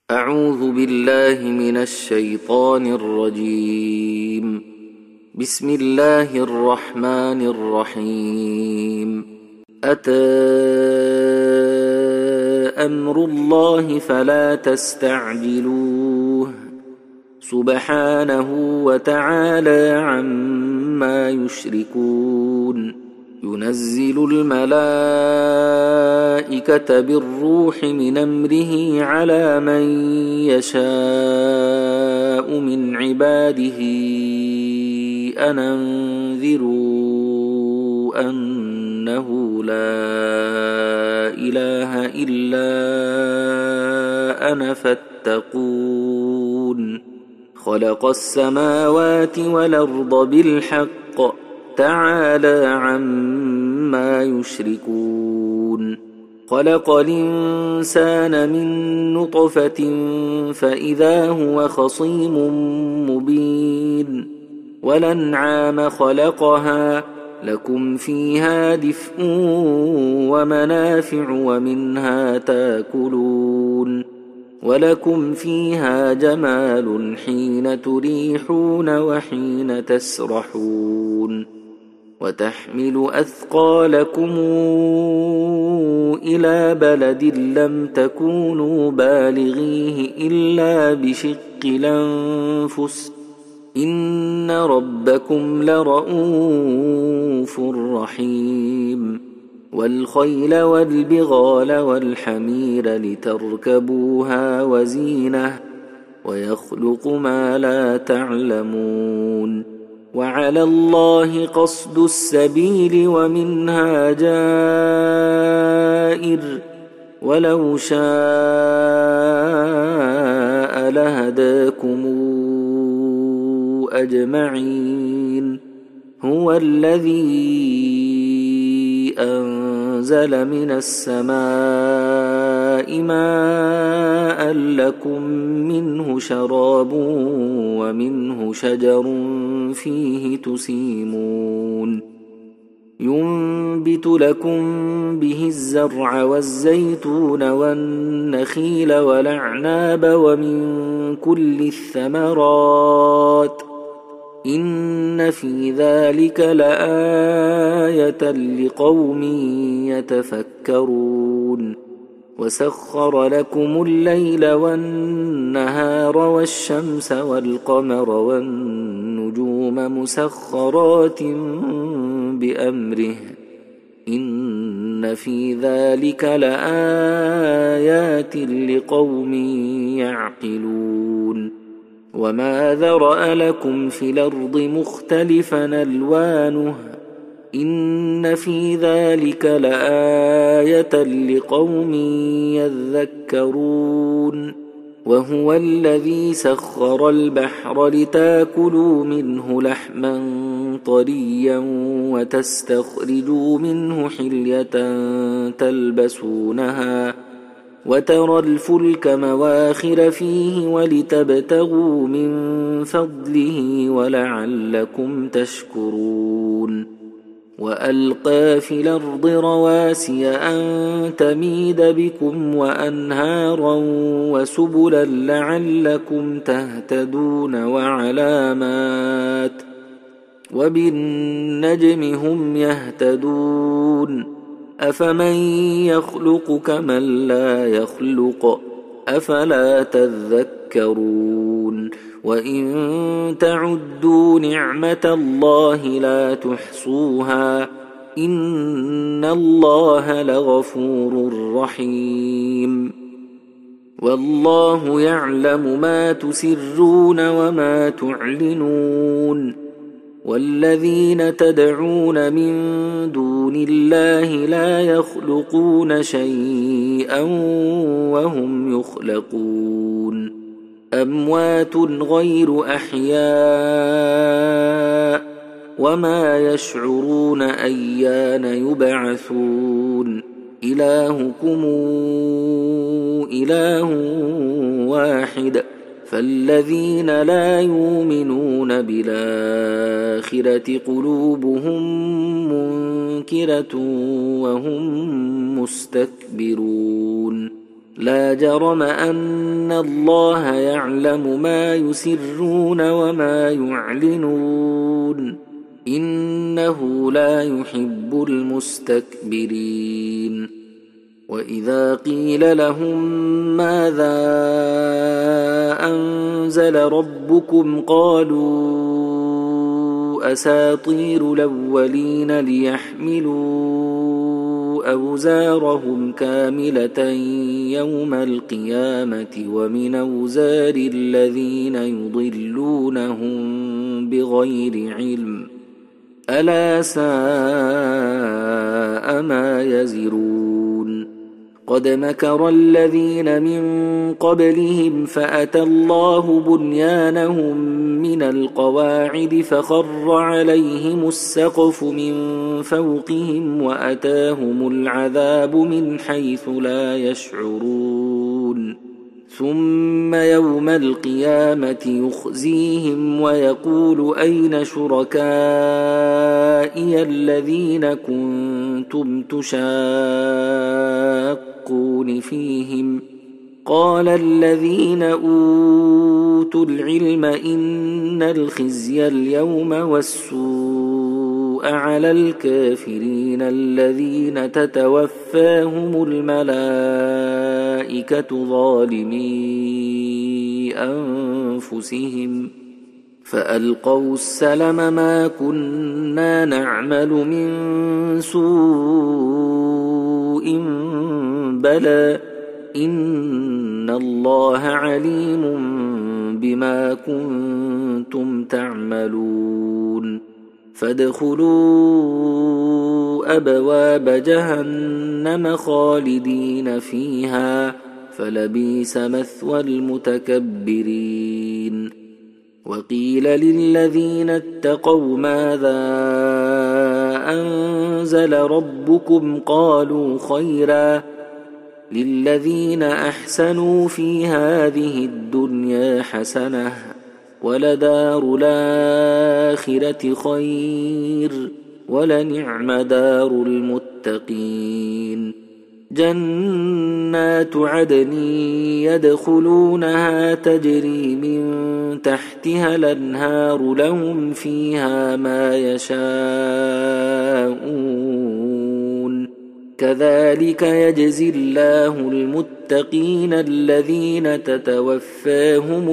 أعوذ بالله من الشيطان الرجيم. بسم الله الرحمن الرحيم. أتى أمر الله فلا تستعجلوه سبحانه وتعالى عما يشركون. ينزل الملائكة بالروح من أمره على من يشاء من عباده أن أنذروا أنه لا إله إلا أنا فاتقون. خلق السماوات والأرض بالحق تعالى عما يشركون. خلق الإنسان من نطفة فإذا هو خصيم مبين. والأنعام خلقها لكم فيها دفء ومنافع ومنها تاكلون. ولكم فيها جمال حين تريحون وحين تسرحون. وتحمل أثقالكم إلى بلد لم تكونوا بالغيه إلا بشق الأنفس إن ربكم لرؤوف رحيم. والخيل والبغال والحمير لتركبوها وزينة ويخلق ما لا تعلمون. وعلى الله قصد السبيل ومنها جائر ولو شاء لهداكم أجمعين. هو الذي أنزل من السماء ماء لكم منه شراب ومنه شجر فيه تسيمون. ينبت لكم به الزرع والزيتون والنخيل والأعناب ومن كل الثمرات إن في ذلك لآية لقوم يتفكرون. وسخر لكم الليل والنهار والشمس والقمر والنجوم مسخرات بأمره إن في ذلك لآيات لقوم يعقلون. وما ذرأ لكم في الأرض مختلفا ألوانه إن في ذلك لآية لقوم يذكرون. وهو الذي سخر البحر لتاكلوا منه لحما طريا وتستخرجوا منه حلية تلبسونها وترى الفلك مواخر فيه ولتبتغوا من فضله ولعلكم تشكرون. وألقى في الأرض رواسي أن تميد بكم وأنهارا وسبلا لعلكم تهتدون وعلامات وبالنجم هم يهتدون. أفمن يخلق كمن لا يخلق أفلا تذكرون. وإن تعدوا نعمة الله لا تحصوها إن الله لغفور رحيم. والله يعلم ما تسرون وما تعلنون. والذين تدعون من دون الله لا يخلقون شيئا وهم يخلقون. أموات غير أحياء وما يشعرون أيان يبعثون. إلهكم إله واحد فالذين لا يؤمنون بالآخرة قلوبهم منكرة وهم مستكبرون لا جرم أن الله يعلم ما يسرون وما يعلنون إنه لا يحب المستكبرين وإذا قيل لهم ماذا أنزل ربكم قالوا أساطير الأولين ليحملوا أوزارهم كاملة يوم القيامة ومن أوزار الذين يضلونهم بغير علم ألا ساء ما يزرون قد مكر الذين من قبلهم فأتى الله بنيانهم من القواعد فخر عليهم السقف من فوقهم وأتاهم العذاب من حيث لا يشعرون ثم يوم القيامة يخزيهم ويقول أين شركائي الذين كنتم تشاقون فيهم قال الذين أوتوا العلم إن الخزي اليوم والسوء على الكافرين الذين تتوفاهم الملائكة ظالمي أنفسهم فألقوا السلم ما كنا نعمل من سوء بلى إن الله عليم بما كنتم تعملون فادخلوا أبواب جهنم خالدين فيها فلبئس مثوى المتكبرين وقيل للذين اتقوا ماذا أنزل ربكم قالوا خيرا للذين أحسنوا في هذه الدنيا حسنة ولدار الآخرة خير ولنعم دار المتقين جنات عدن يدخلونها تجري من تحتها الأنهار لهم فيها ما يشاءون كذلك يجزي الله المتقين الذين تتوفاهم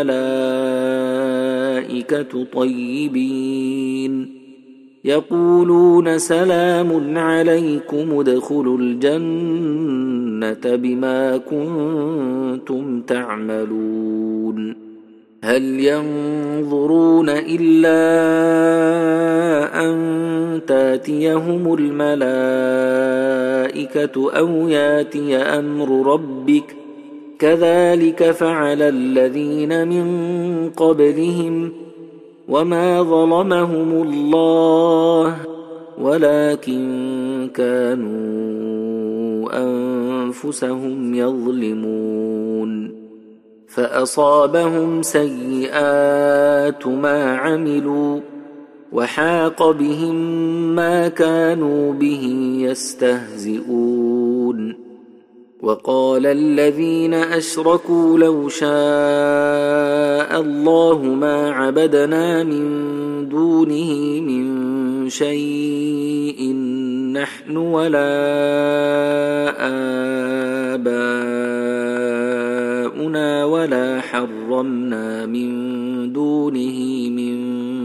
الملائكة طيبين يقولون سلام عليكم ادخلوا الجنة بما كنتم تعملون هل ينظرون إلا أن تاتيهم الملائكة أو ياتي أمر ربك كذلك فعل الذين من قبلهم وما ظلمهم الله ولكن كانوا أنفسهم يظلمون فأصابهم سيئات ما عملوا وحاق بهم ما كانوا به يستهزئون وقال الذين أشركوا لو شاء الله ما عبدنا من دونه من شيء نحن ولا آباؤنا ولا حرمنا من دونه من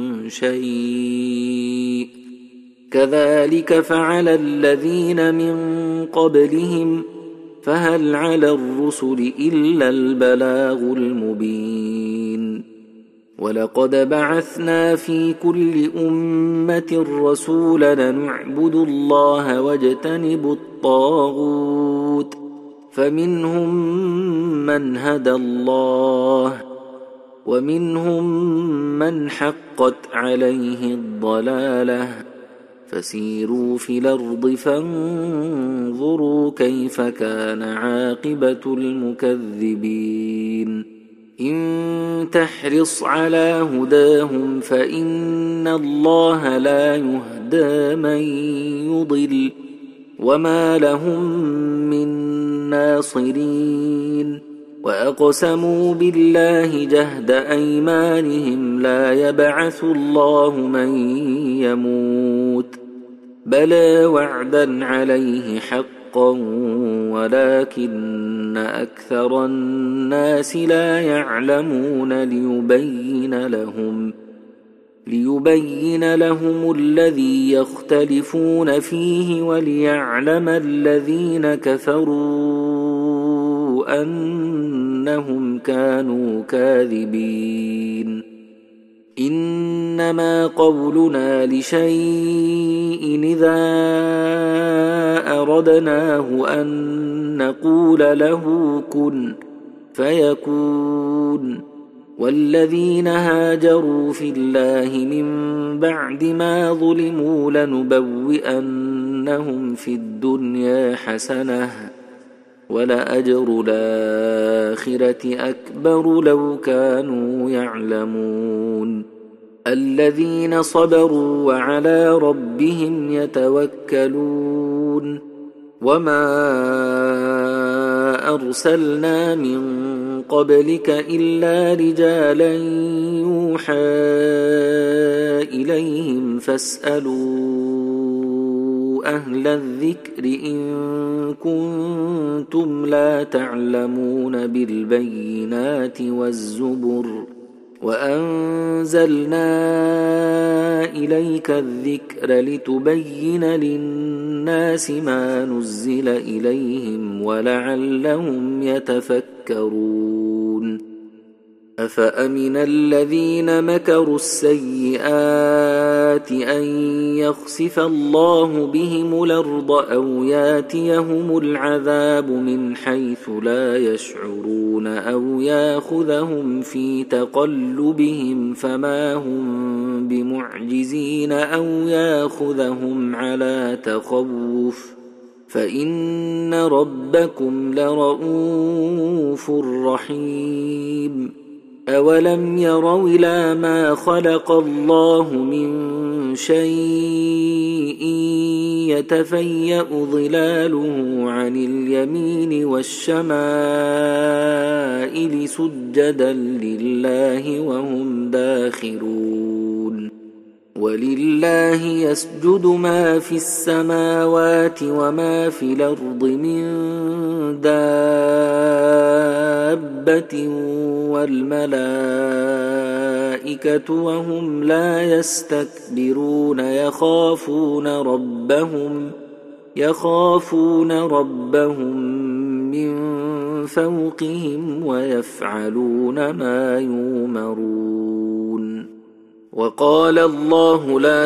شيء كذلك فعل الذين من قبلهم فهل على الرسل إلا البلاغ المبين ولقد بعثنا في كل أمة رسولا نعبد الله واجتنب الطاغوت فمنهم من هدى الله ومنهم من حقت عليه الضلالة فسيروا في الأرض فانظروا كيف كان عاقبة المكذبين إن تحرص على هداهم فإن الله لا يهدى من يضل وما لهم من ناصرين وأقسموا بالله جهد أيمانهم لا يبعث الله من يموت بلى وعدا عليه حقا ولكن أكثر الناس لا يعلمون ليبين لهم الذي يختلفون فيه وليعلم الذين كفروا أنهم كانوا كاذبين إنما قولنا لشيء إذا أردناه أن نقول له كن فيكون والذين هاجروا في الله من بعد ما ظلموا لنبوئنهم في الدنيا حسنة ولأجر الآخرة أكبر لو كانوا يعلمون الذين صبروا وعلى ربهم يتوكلون وما أرسلنا من قبلك إلا رجالا يوحى إليهم فاسألوا أهل الذكر إن كنتم لا تعلمون بالبينات والزبر وأنزلنا إليك الذكر لتبين للناس ما نزل إليهم ولعلهم يتفكرون أفأمن الذين مكروا السيئات أن يخسف الله بهم الأرض أو ياتيهم العذاب من حيث لا يشعرون أو ياخذهم في تقلبهم فما هم بمعجزين أو ياخذهم على تخوف فإن ربكم لرؤوف رحيم أولم يروا إلى ما خلق الله من شيء يتفيأ ظلاله عن اليمين والشمائل سجدا لله وهم داخرون ولله يسجد ما في السماوات وما في الأرض من دابة والملائكة وهم لا يستكبرون يخافون ربهم من فوقهم ويفعلون ما يؤمرون وقال الله لا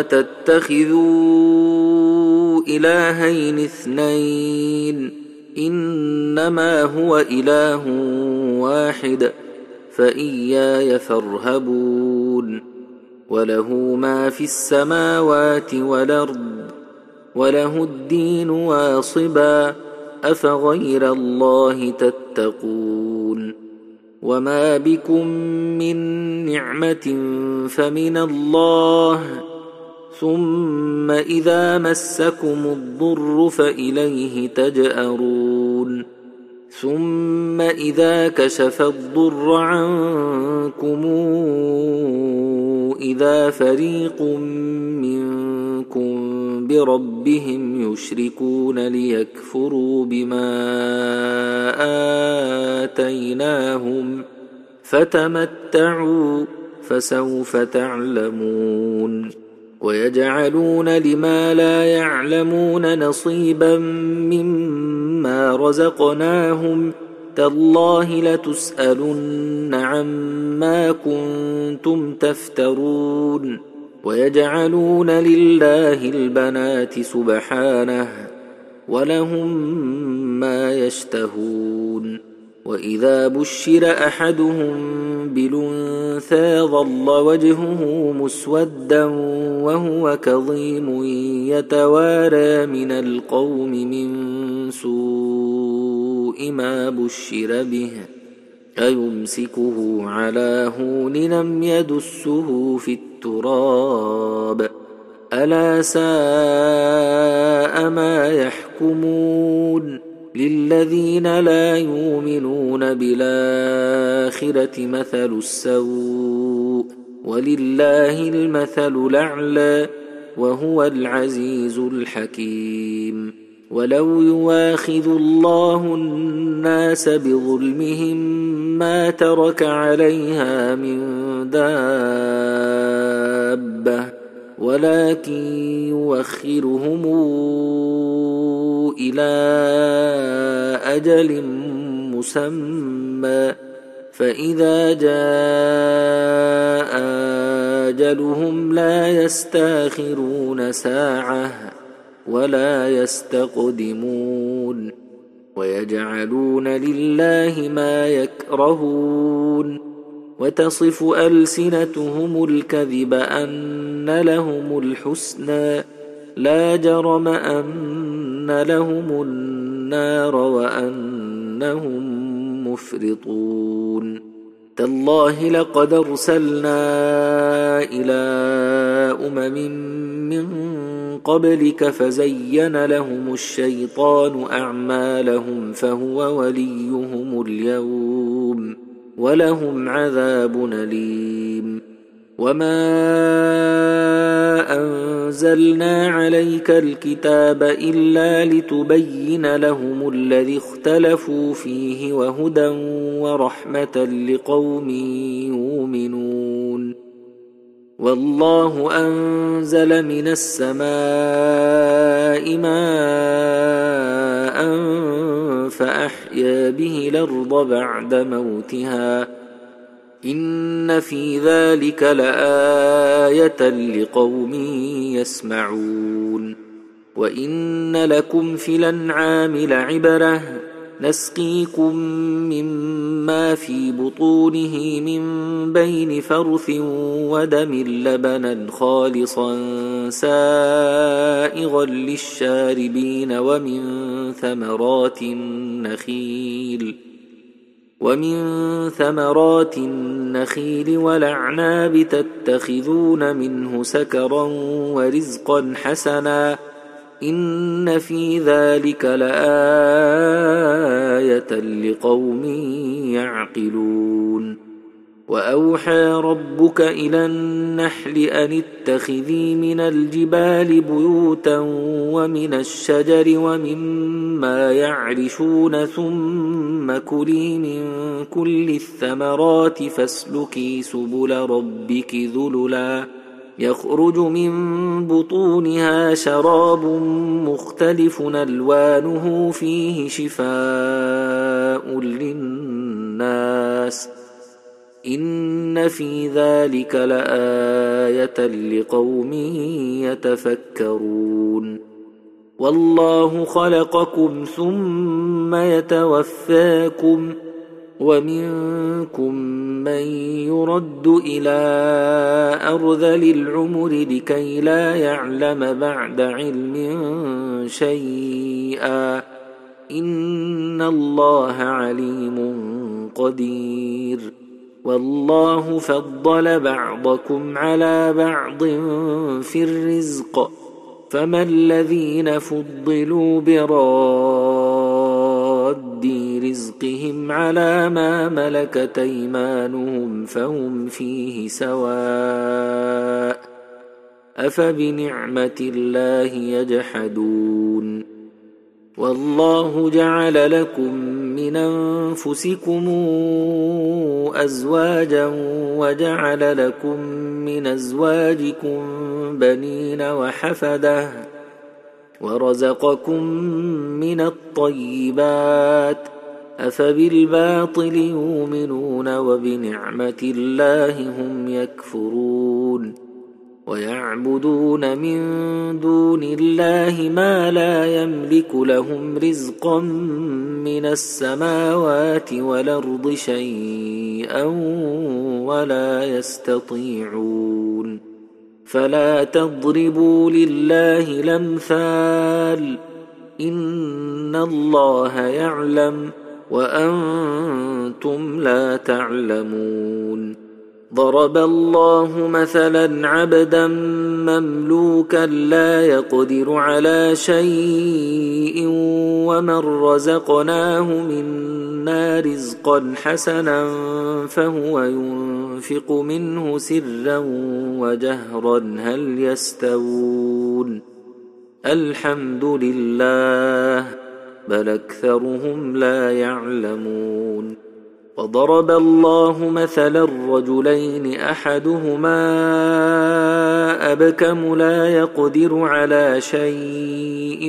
تتخذوا إلهين اثنين إنما هو إله واحد فإياي فارهبون وله ما في السماوات والأرض وله الدين واصبا أفغير الله تتقون وما بكم من نعمة فمن الله ثم إذا مسكم الضر فإليه تجأرون ثم إذا كشف الضر عنكم إذا فريق منكم بربهم يشركون ليكفروا بما آتيناهم فتمتعوا فسوف تعلمون ويجعلون لما لا يعلمون نصيبا مما رزقناهم تالله لتسألن عما كنتم تفترون ويجعلون لله البنات سبحانه ولهم ما يشتهون وإذا بشر أحدهم بالأنثى ظل وجهه مسودا وهو كظيم يتوارى من القوم من سوء ما بشر به أيمسكه على هون لم يدسه في التراب ألا ساء ما يحكمون للذين لا يؤمنون بالآخرة مثل السوء ولله المثل الأعلى وهو العزيز الحكيم ولو يواخذ الله الناس بظلمهم ما ترك عليها من دابة ولكن يؤخرهم إلى أجل مسمى فإذا جاء أجلهم لا يستأخرون ساعة ولا يستقدمون ويجعلون لله ما يكرهون وتصف ألسنتهم الكذب أن لهم الحسنى لا جرم أن لهم النار وأنهم مفرطون تالله لقد أرسلنا إلى من قبلك فزين لهم الشيطان أعمالهم فهو وليهم اليوم ولهم عذاب أليم وما أنزلنا عليك الكتاب إلا لتبين لهم الذي اختلفوا فيه وهدى ورحمة لقوم يؤمنون والله أنزل من السماء ماء فأحيا به الأرض بعد موتها إن في ذلك لآية لقوم يسمعون وإن لكم في الأنعام لعبرة نسقيكم مما في بطونه من بين فرث ودم لبنا خالصا سائغا للشاربين ومن ثمرات النخيل والأعناب تتخذون منه سكرا ورزقا حسنا إن في ذلك لآية لقوم يعقلون وأوحى ربك إلى النحل أن اتخذي من الجبال بيوتا ومن الشجر ومما يعرشون ثم كلي من كل الثمرات فاسلكي سبل ربك ذللا يخرج من بطونها شراب مختلف ألوانه فيه شفاء للناس إن في ذلك لآية لقوم يتفكرون والله خلقكم ثم يتوفاكم ومنكم من يرد إلى أرذل العمر لكي لا يعلم بعد علم شيئا إن الله عليم قدير والله فضل بعضكم على بعض في الرزق فما الذين فضلوا براد رزقهم على ما ملكت أيمانهم فهم فيه سواء أفبنعمة الله يجحدون والله جعل لكم من أنفسكم أزواجا وجعل لكم من أزواجكم بنين وحفدة ورزقكم من الطيبات أفبالباطل يؤمنون وبنعمة الله هم يكفرون ويعبدون من دون الله ما لا يملك لهم رزقا من السماوات والأرض شيئا ولا يستطيعون فلا تضربوا لله الأمثال إن الله يعلم وأنتم لا تعلمون ضرب الله مثلا عبدا مملوكا لا يقدر على شيء ومن رزقناه منا رزقا حسنا فهو ينفق منه سرا وجهرا هل يستوون الحمد لله بل أكثرهم لا يعلمون وضرب الله مثلا رجلين أحدهما أبكم لا يقدر على شيء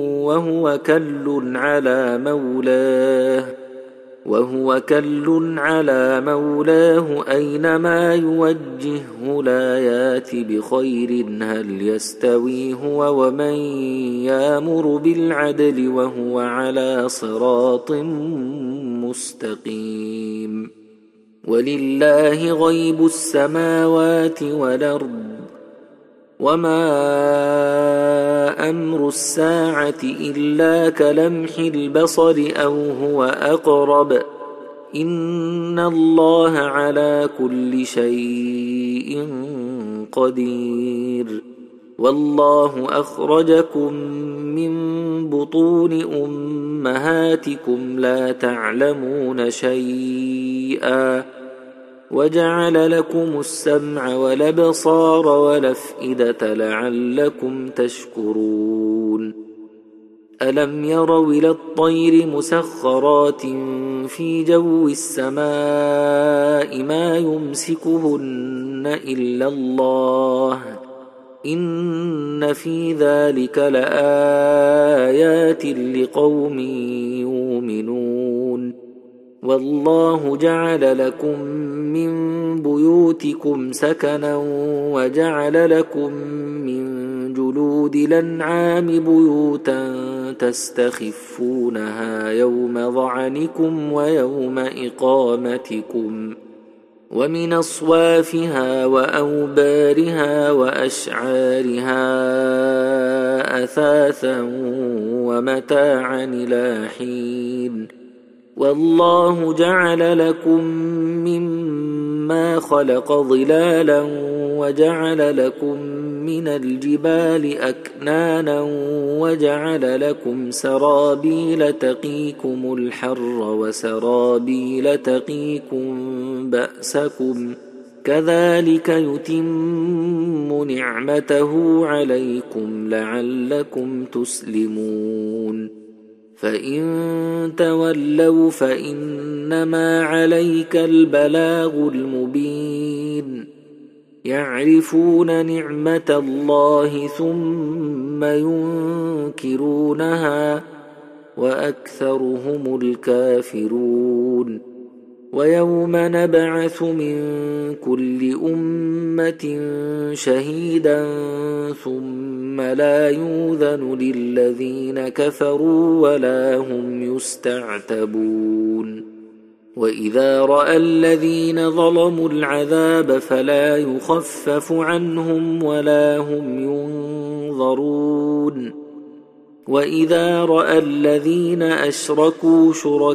وهو كل على مولاه أينما يوجهه لا يات بخير هل يستوي هو ومن يأمر بالعدل وهو على صراط مستقيم ولله غيب السماوات والأرض وما أمر الساعة إلا كلمح البصر أو هو أقرب إن الله على كل شيء قدير والله أخرجكم من بطون أمهاتكم لا تعلمون شيئا وجعل لكم السمع والأبصار والأفئدة لعلكم تشكرون ألم يروا إلى الطير مسخرات في جو السماء ما يمسكهن إلا الله إن في ذلك لآيات لقوم يؤمنون والله جعل لكم من بيوتكم سكنا وجعل لكم من جلود الأنعام بيوتا تستخفونها يوم ظعنكم ويوم إقامتكم ومن أصوافها وأوبارها وأشعارها أثاثا ومتاعا إلى حين والله جعل لكم مما خلق ظلالا وجعل لكم من الجبال أكنانا وجعل لكم سرابيل تقيكم الحر وسرابيل تقيكم بأسكم كذلك يتم نعمته عليكم لعلكم تسلمون فإن تولوا فإنما عليك البلاغ المبين يعرفون نعمة الله ثم ينكرونها وأكثرهم الكافرون ويوم نبعث من كل أمة شهيدا ثم لا يؤذن للذين كفروا ولا هم يستعتبون وإذا رأى الذين ظلموا العذاب فلا يخفف عنهم ولا هم ينظرون وإذا رأى الذين أشركوا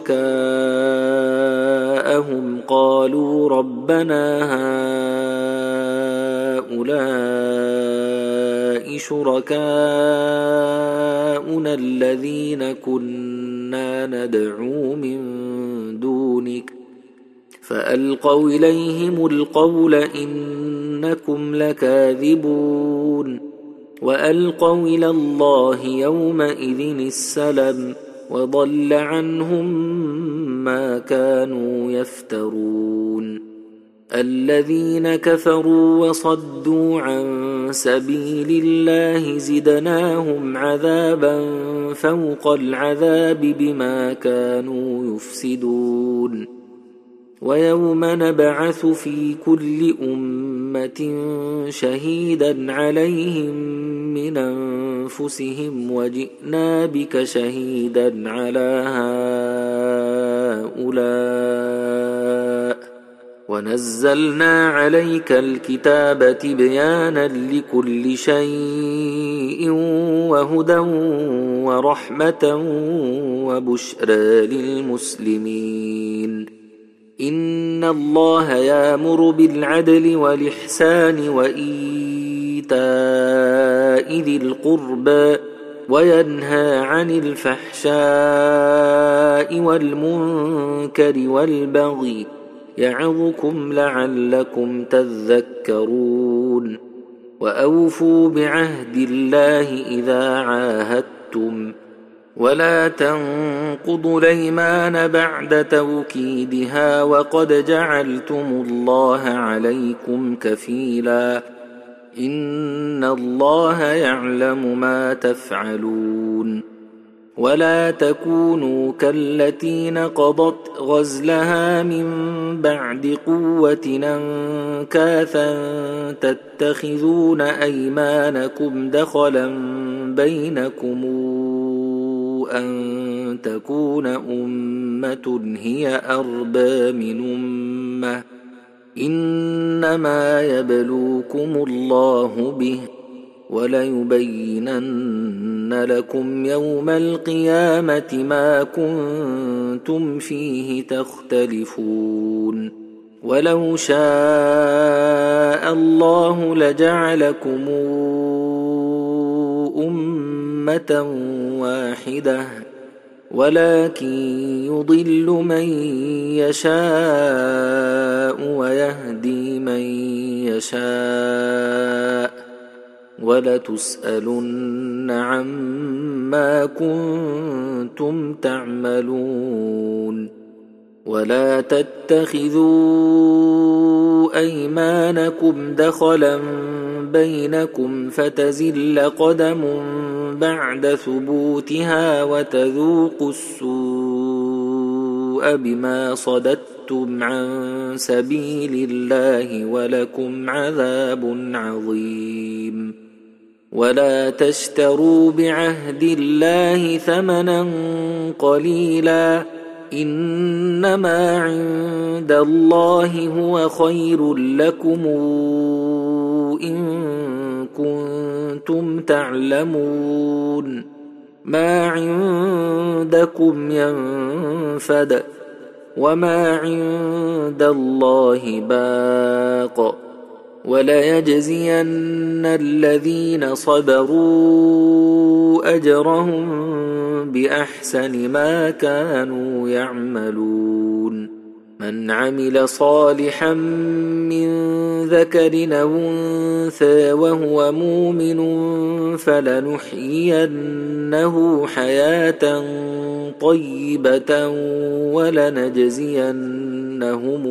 شركاءهم قالوا ربنا هؤلاء شركاؤنا الذين كنا ندعو من دونك فألقوا إليهم القول إنكم لكاذبون وألقوا إلى الله يومئذ السلم وضل عنهم ما كانوا يفترون الذين كفروا وصدوا عن سبيل الله زدناهم عذابا فوق العذاب بما كانوا يفسدون ويوم نبعث في كل أمة شهيدا عليهم من أنفسهم وجئنا بك شهيدا على هؤلاء ونزلنا عليك الكتاب تبيانا لكل شيء وهدى ورحمة وبشرى للمسلمين إن الله يأمر بالعدل والإحسان وإيتاء ذي القربى وينهى عن الفحشاء والمنكر والبغي يعظكم لعلكم تذكرون وأوفوا بعهد الله إذا عاهدتم ولا تنقضوا الأيمان بعد توكيدها وقد جعلتم الله عليكم كفيلا إن الله يعلم ما تفعلون ولا تكونوا كالتي نقضت غزلها من بعد قوة أنكاثا تتخذون أيمانكم دخلا بينكم أن تكون أمة هي أربى من أمة إنما يبلوكم الله به وليبينن لكم يوم القيامة ما كنتم فيه تختلفون ولو شاء الله لجعلكم أمة واحدة ولكن يضل من يشاء ويهدي من يشاء ولتسألن عما كنتم تعملون ولا تتخذوا أيمانكم دخلا بينكم فتزل قدم بعد ثبوتها وتذوقوا السوء بما صددتم عن سبيل الله ولكم عذاب عظيم ولا تشتروا بعهد الله ثمنا قليلا إنما عند الله هو خير لكم إن كنتم تعلمون ما عندكم ينفد وما عند الله باق وليجزين الذين صبروا أجرهم بأحسن ما كانوا يعملون من عمل صالحا من ذكر أو أنثى وهو مؤمن فلنحيينه حياة طيبة ولنجزينهم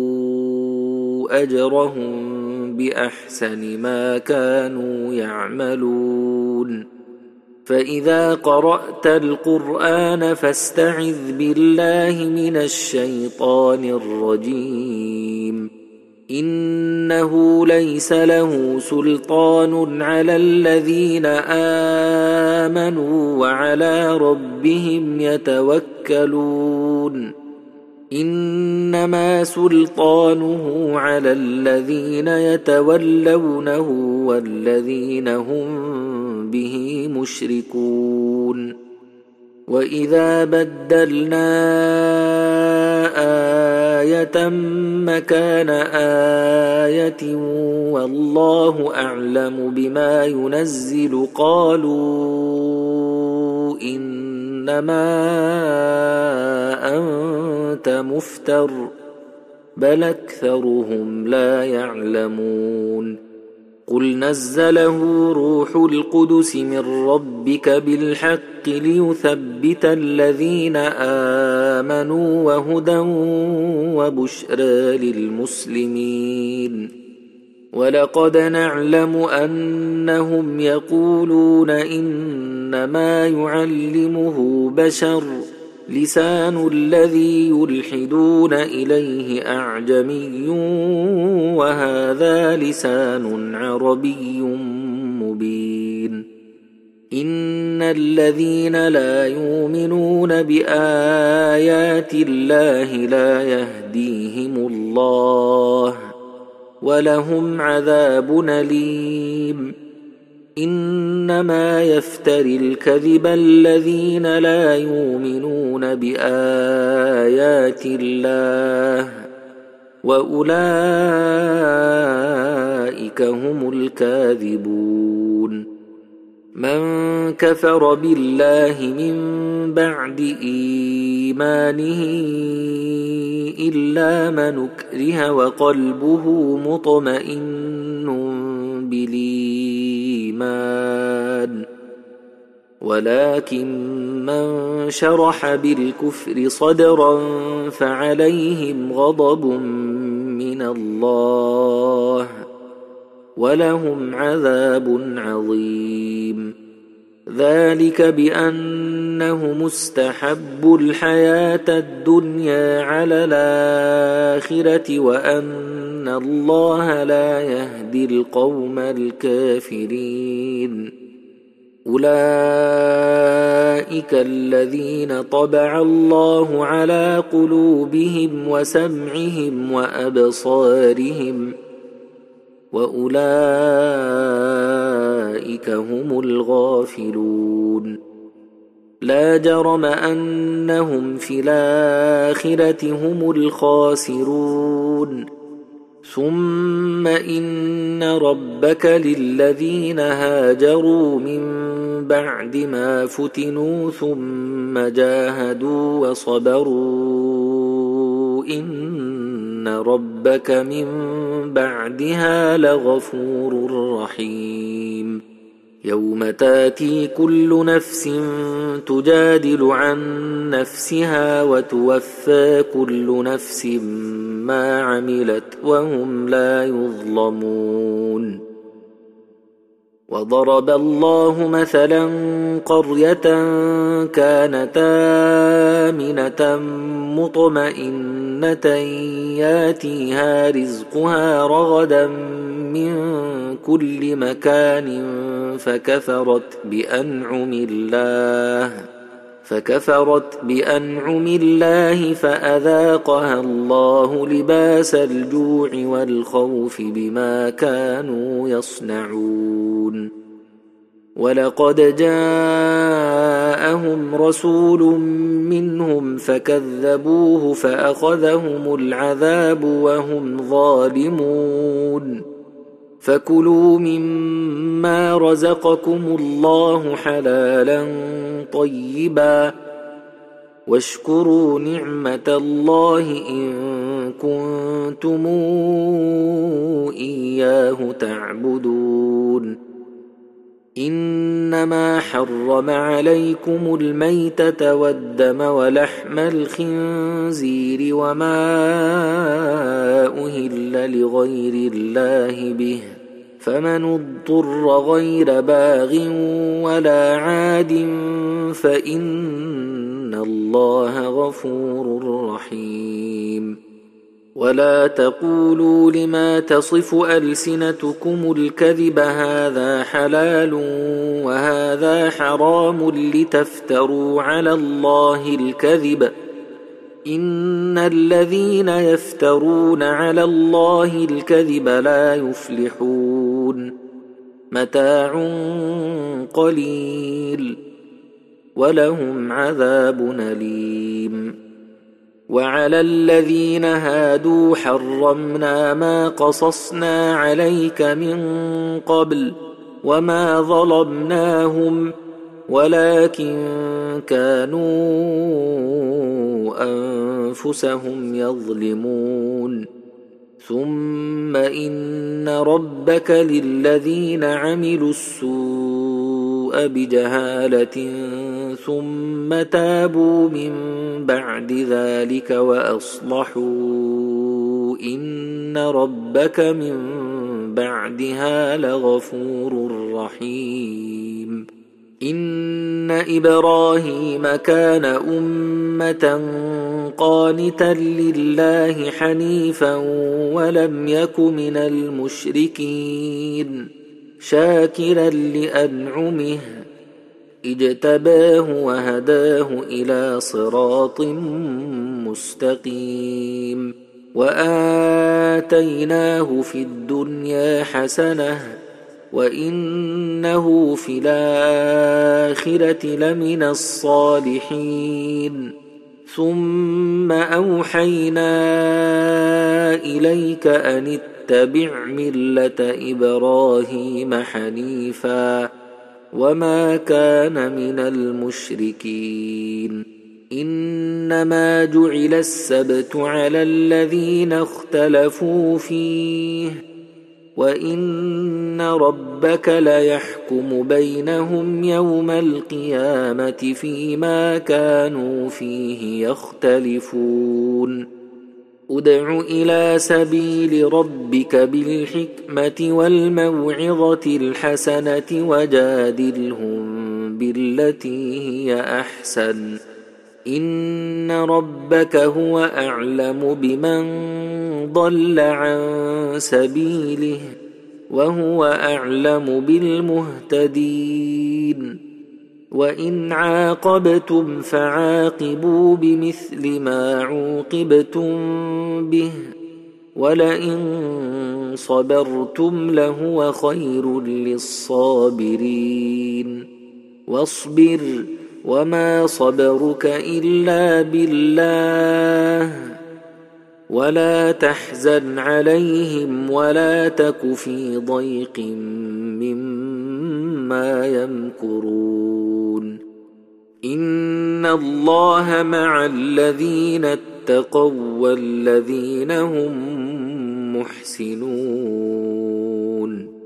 أجرهم بأحسن ما كانوا يعملون فإذا قرأت القرآن فاستعذ بالله من الشيطان الرجيم إنه ليس له سلطان على الذين آمنوا وعلى ربهم يتوكلون إنما سلطانه على الذين يتولونه والذين هم به مشركون وإذا بدلنا آية مكان آية والله أعلم بما ينزل قالوا إنما أنت مفتر بل أكثرهم لا يعلمون قل نزله روح القدس من ربك بالحق ليثبت الذين آمنوا وهدى وبشرى للمسلمين ولقد نعلم أنهم يقولون إنما يعلمه بشر لسان الذي يلحدون إليه أعجمي وهذا لسان عربي مبين إن الذين لا يؤمنون بآيات الله لا يهديهم الله ولهم عذاب أليم إنما يفتري الكذب الذين لا يؤمنون بآيات الله وأولئك هم الكاذبون. من كفر بالله من بعد إيمانه إلا من أكره وقلبه مطمئن بالإيمان، ولكن من شرح بالكفر صدرا فعليهم غضب من الله ولهم عذاب عظيم. ذلك بأنهم استحبوا الحياة الدنيا على الآخرة وأن الله لا يهدي القوم الكافرين. أولئك الذين طبع الله على قلوبهم وسمعهم وأبصارهم وأولئك هم الغافلون. لا جرم أنهم في الآخرة هم الخاسرون. ثم إن ربك للذين هاجروا من بعد ما فتنوا ثم جاهدوا وصبروا إن ربك من بعدها لغفور رحيم. يوم تاتي كل نفس تجادل عن نفسها وتوفى كل نفس ما عملت وهم لا يظلمون. وضرب الله مثلا قرية كانت آمنة مطمئنة ياتيها رزقها رغدا من كل مكان فكفرت بأنعم الله فأذاقها الله لباس الجوع والخوف بما كانوا يصنعون. ولقد جاءهم رسول منهم فكذبوه فأخذهم العذاب وهم ظالمون. فكلوا مما رزقكم الله حلالا طيبا واشكروا نعمة الله إن كنتم إياه تعبدون. إنما حرم عليكم الميتة والدم ولحم الخنزير وما أهل لغير الله به، فمن اضطر غير باغ ولا عاد فإن الله غفور رحيم. ولا تقولوا لما تصف ألسنتكم الكذب هذا حلال وهذا حرام لتفتروا على الله الكذب، إن الذين يفترون على الله الكذب لا يفلحون. متاع قليل ولهم عذاب أليم. وعلى الذين هادوا حرمنا ما قصصنا عليك من قبل وما ظلمناهم ولكن كانوا أنفسهم يظلمون. ثم إن ربك للذين عملوا السوء بجهالة ثم تابوا من بعد ذلك وأصلحوا إن ربك من بعدها لغفور رحيم. إن إبراهيم كان أمة قانتا لله حنيفا ولم يك من المشركين شاكرا لأنعمه اجتباه وهداه إلى صراط مستقيم. وآتيناه في الدنيا حسنة وإنه في الآخرة لمن الصالحين ثم أوحينا إليك أن اتبع ملة إبراهيم حنيفا وما كان من المشركين إنما جعل السبت على الذين اختلفوا فيه وإن ربك ليحكم بينهم يوم القيامة فيما كانوا فيه يختلفون ادع إلى سبيل ربك بالحكمة والموعظة الحسنة وجادلهم بالتي هي أحسن إن ربك هو أعلم بمن ضل عن سبيله وهو أعلم بالمهتدين وإن عاقبتم فعاقبوا بمثل ما عوقبتم به ولئن صبرتم لهو خير للصابرين واصبر وما صبرك إلا بالله ولا تحزن عليهم ولا تك في ضيق مما يمكرون إن الله مع الذين اتقوا والذين هم محسنون